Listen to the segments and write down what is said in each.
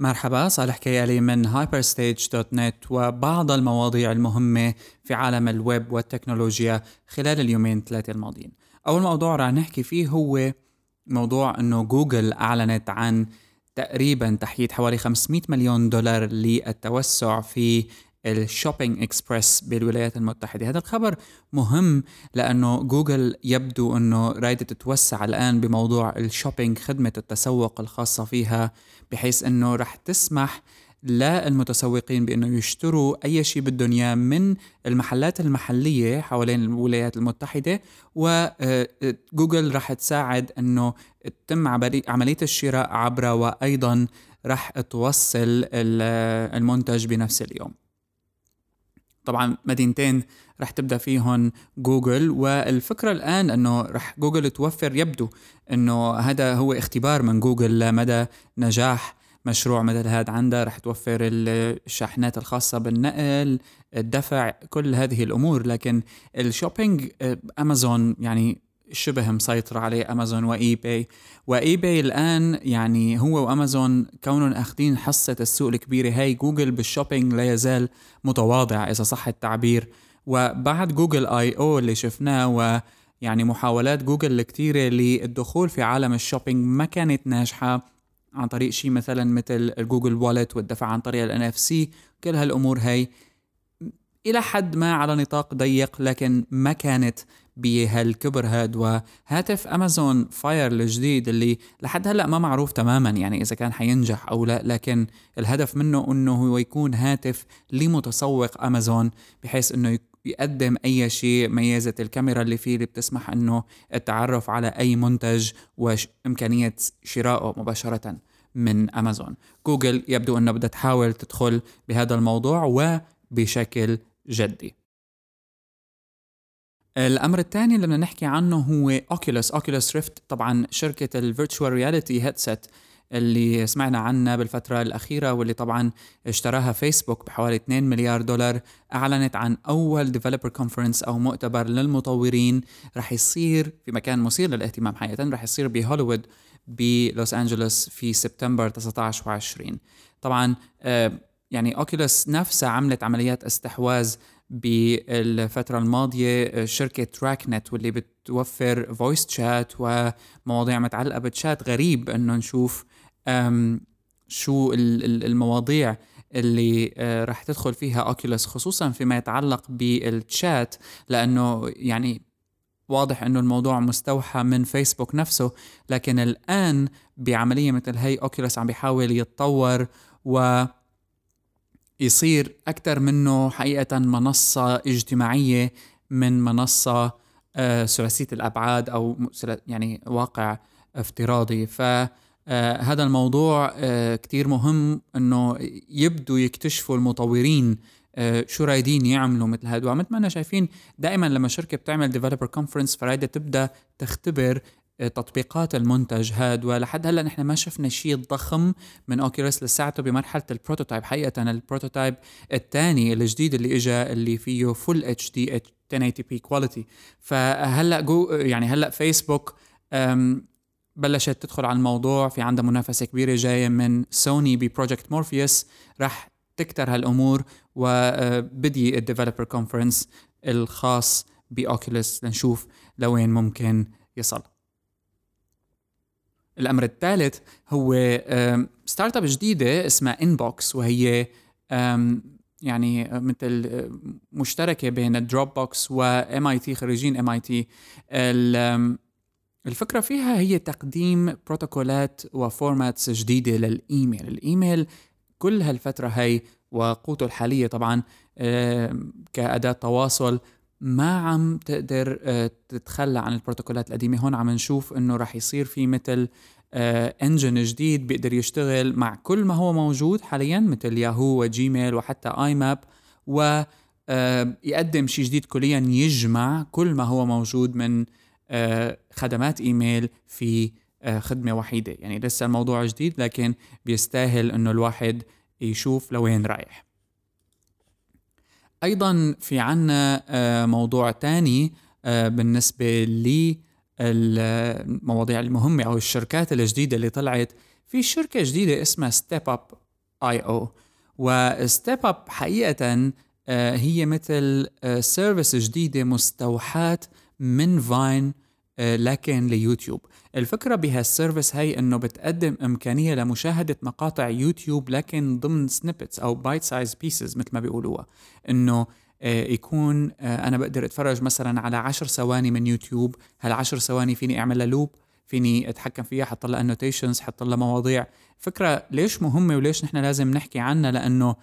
مرحبا، صالح كيالي من hyperstage.net وبعض المواضيع المهمة في عالم الويب والتكنولوجيا خلال اليومين ثلاثة الماضيين. أول موضوع رح نحكي فيه هو موضوع أنه جوجل أعلنت عن تقريبا تحييد حوالي 500 مليون دولار للتوسع في الشوبينج اكسبرس بالولايات المتحدة. هذا الخبر مهم لأنه جوجل يبدو أنه رايدة تتوسع الآن بموضوع الشوبينج، خدمة التسوق الخاصة فيها، بحيث أنه رح تسمح للمتسوقين بأنه يشتروا أي شيء بدهم إياه من المحلات المحلية حوالين الولايات المتحدة، وجوجل رح تساعد أنه تتم عملية الشراء عبرها، وأيضا رح توصل المنتج بنفس اليوم. طبعا مدينتين رح تبدأ فيهم جوجل، والفكرة الآن أنه رح جوجل توفر، يبدو أنه هذا هو اختبار من جوجل لمدى نجاح مشروع مثل هذا عندها. رح توفر الشاحنات الخاصة بالنقل، الدفع، كل هذه الأمور. لكن الشوبينج أمازون يعني شبه مسيطر عليه، أمازون وإي باي الآن. يعني هو وأمازون كونهم أخذين حصة السوق الكبيرة، هاي جوجل بالشوبينج لا يزال متواضع إذا صح التعبير. وبعد جوجل آي أو اللي شفناه، ويعني محاولات جوجل الكتيرة للدخول في عالم الشوبينج ما كانت ناجحة عن طريق شيء مثل الجوجل والت والدفع عن طريق NFC. كل هالأمور هاي إلى حد ما على نطاق ضيق، لكن ما كانت بهالكبر هاد. وهاتف أمازون فاير الجديد اللي لحد هلأ ما معروف تماما يعني إذا كان حينجح أو لا، لكن الهدف منه أنه هو يكون هاتف لمتسوق أمازون، بحيث أنه يقدم أي شيء. ميزة الكاميرا اللي فيه اللي بتسمح أنه التعرف على أي منتج وإمكانية شرائه مباشرة من أمازون. جوجل يبدو أنه بدها تحاول تدخل بهذا الموضوع وبشكل جدي. الأمر الثاني اللي بدنا نحكي عنه هو أوكيولوس ريفت، طبعا شركة الفيرتشوال رياليتي هيدسيت اللي سمعنا عنها بالفترة الأخيرة، واللي طبعا اشتراها فيسبوك بحوالي 2 مليار دولار. أعلنت عن أول ديفلوبر كونفرنس أو مؤتمر للمطورين رح يصير في مكان مثير للاهتمام حقيقة، رح يصير بهوليوود بلوس أنجلوس في سبتمبر 19 و20. طبعا يعني أوكيولوس نفسها عملت عمليات استحواذ بالفترة الماضية، شركة تراكنت واللي بتوفر فويس شات ومواضيع متعلقة بالشات. غريب أنه نشوف شو المواضيع اللي رح تدخل فيها أوكيولوس، خصوصا فيما يتعلق بالشات، لأنه يعني واضح أنه الموضوع مستوحى من فيسبوك نفسه. لكن الآن بعملية مثل هاي أوكيولوس عم بيحاول يتطور يصير أكتر منه حقيقة منصة اجتماعية من منصة ثلاثية الأبعاد أو يعني واقع افتراضي. فهذا الموضوع كتير مهم أنه يبدو يكتشفوا المطورين شو رايدين يعملوا مثل هذا. ومثل ما أنا شايفين دائما لما شركة بتعمل developer conference فرايدة تبدأ تختبر تطبيقات المنتج هاد. ولحد هلا نحن ما شفنا شيء ضخم من اوكيولوس لساعته بمرحله البروتوتايب. حقيقه البروتوتايب الثاني الجديد اللي اجى اللي فيه فول اتش دي 1080 بي كواليتي. فهلا يعني هلا فيسبوك بلشت تدخل على الموضوع، في عندها منافسه كبيره جايه من سوني ببروجكت مورفيوس، راح تكتر هالامور. وبدي الديفلوبر كونفرنس الخاص باوكيولوس لنشوف لوين ممكن يصل. الأمر الثالث هو ستارت اب جديدة اسمها إنبوكس، وهي يعني مثل مشتركة بين دروب بوكس وMIT، خريجين MIT. الفكرة فيها هي تقديم بروتوكولات وفورماتس جديدة للإيميل. الإيميل كل هالفترة هاي وقوته الحالية طبعا كأداة تواصل ما عم تقدر تتخلى عن البروتوكولات القديمة. هون عم نشوف انه رح يصير في مثل انجن جديد بيقدر يشتغل مع كل ما هو موجود حاليا مثل ياهو وجيميل وحتى اي ماب، ويقدم شيء جديد كليا يجمع كل ما هو موجود من خدمات ايميل في خدمة وحيدة. يعني لسه الموضوع جديد لكن بيستاهل انه الواحد يشوف لوين رايح. أيضا في عنا موضوع تاني بالنسبة للمواضيع المهمة أو الشركات الجديدة اللي طلعت. في شركة جديدة اسمها ستيب أب، وستيب اب حقيقة هي مثل سيرفيس جديدة مستوحاة من فاين لكن ليوتيوب. الفكرة بهالسيرفيس هي انه بتقدم امكانية لمشاهدة مقاطع يوتيوب لكن ضمن سنيبتس او بايت سايز بيسز مثل ما بيقولوها، انه يكون انا بقدر اتفرج مثلا على 10 ثواني من يوتيوب، هال10 ثواني فيني اعمل لها لوب، فيني اتحكم فيها، حط لها انوتيشنز، حط لها مواضيع. فكرة ليش مهمة وليش نحن لازم نحكي عنها؟ لانه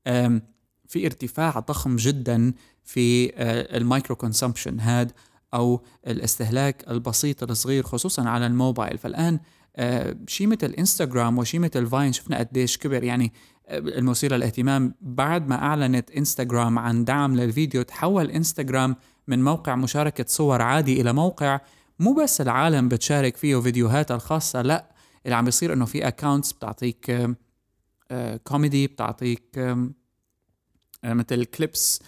في ارتفاع ضخم جدا في المايكرو كونسومبشن هاد او الاستهلاك البسيط الصغير خصوصا على الموبايل. فالان شيء مثل انستغرام وشيء مثل فاين شفنا قديش كبر، يعني المثير للاهتمام بعد ما اعلنت انستغرام عن دعم للفيديو، تحول انستغرام من موقع مشاركة صور عادي الى موقع مو بس العالم بتشارك فيه فيديوهاتها الخاصة، لا، اللي عم بيصير انه في اكاونتس بتعطيك كوميدي، بتعطيك مثل كليبس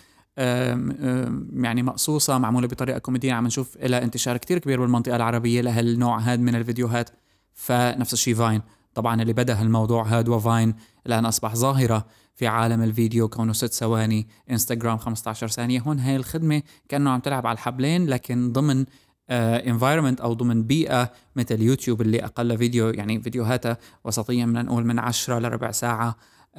يعني مقصوصة معمولة بطريقة كوميدية، عم نشوف لها انتشار كتير كبير بالمنطقة العربية لهالنوع هاد من الفيديوهات. فنفس الشيء فاين طبعا اللي بدأ هالموضوع هاد، وفاين الآن أصبح ظاهرة في عالم الفيديو كونه 6 ثواني، انستغرام 15 ثانية. هون هاي الخدمة كأنه عم تلعب على الحبلين لكن ضمن environment أو ضمن بيئة مثل يوتيوب اللي أقل فيديو يعني فيديوهاتها وسطيا بدنا نقول من 10 لربع ساعة.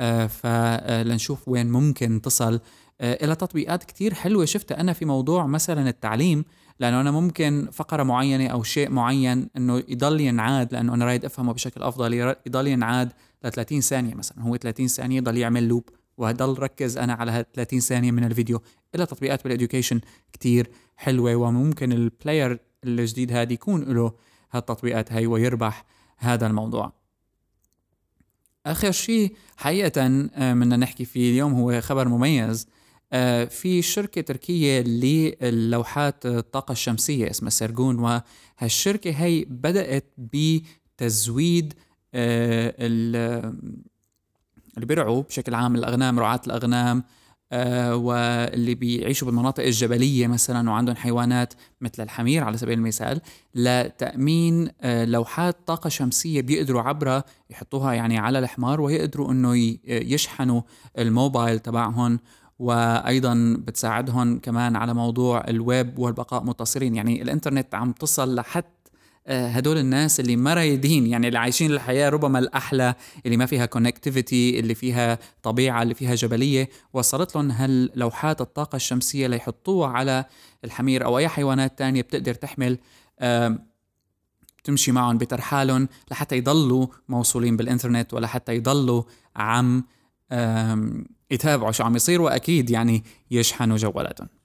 فلنشوف وين ممكن تصل إلى تطبيقات كتير حلوة شفتها أنا في موضوع مثلا التعليم، لأنه أنا ممكن فقرة معينة أو شيء معين أنه يضل ينعاد، لأنه أنا رايد أفهمه بشكل أفضل، يضل ينعاد ل 30 ثانية مثلا، هو 30 ثانية يضل يعمل لوب وهضل ركز أنا على هال 30 ثانية من الفيديو. إلى تطبيقات بالإديوكيشن كتير حلوة، وممكن البلاير الجديد هذا يكون له هالتطبيقات هاي ويربح هذا الموضوع. آخر شيء حقيقة بدنا نحكي فيه اليوم هو خبر مميز. في شركة تركية للوحات الطاقة الشمسية اسمها سيرجون، وهالشركة هي بدأت بتزويد اللي بيرعوا بشكل عام الأغنام، رعاة الأغنام واللي بيعيشوا بالمناطق الجبلية مثلا وعندهم حيوانات مثل الحمير على سبيل المثال، لتأمين لوحات طاقة شمسية بيقدروا عبرها يحطوها يعني على الحمار ويقدروا انه يشحنوا الموبايل تبعهم، وأيضا بتساعدهم كمان على موضوع الويب والبقاء متصلين. يعني الانترنت عم تصل لحد هدول الناس اللي ما رايدين، يعني اللي عايشين الحياة ربما الأحلى، اللي ما فيها كونكتيفيتي، اللي فيها طبيعة، اللي فيها جبلية، وصلت لهم هاللوحات الطاقة الشمسية ليحطوها على الحمير أو أي حيوانات تانية بتقدر تحمل تمشي معهم بترحالهم لحتى يضلوا موصولين بالإنترنت، ولا حتى يضلوا عم يتابعوا شو عم يصير، وأكيد يعني يشحنوا جوالاتهم.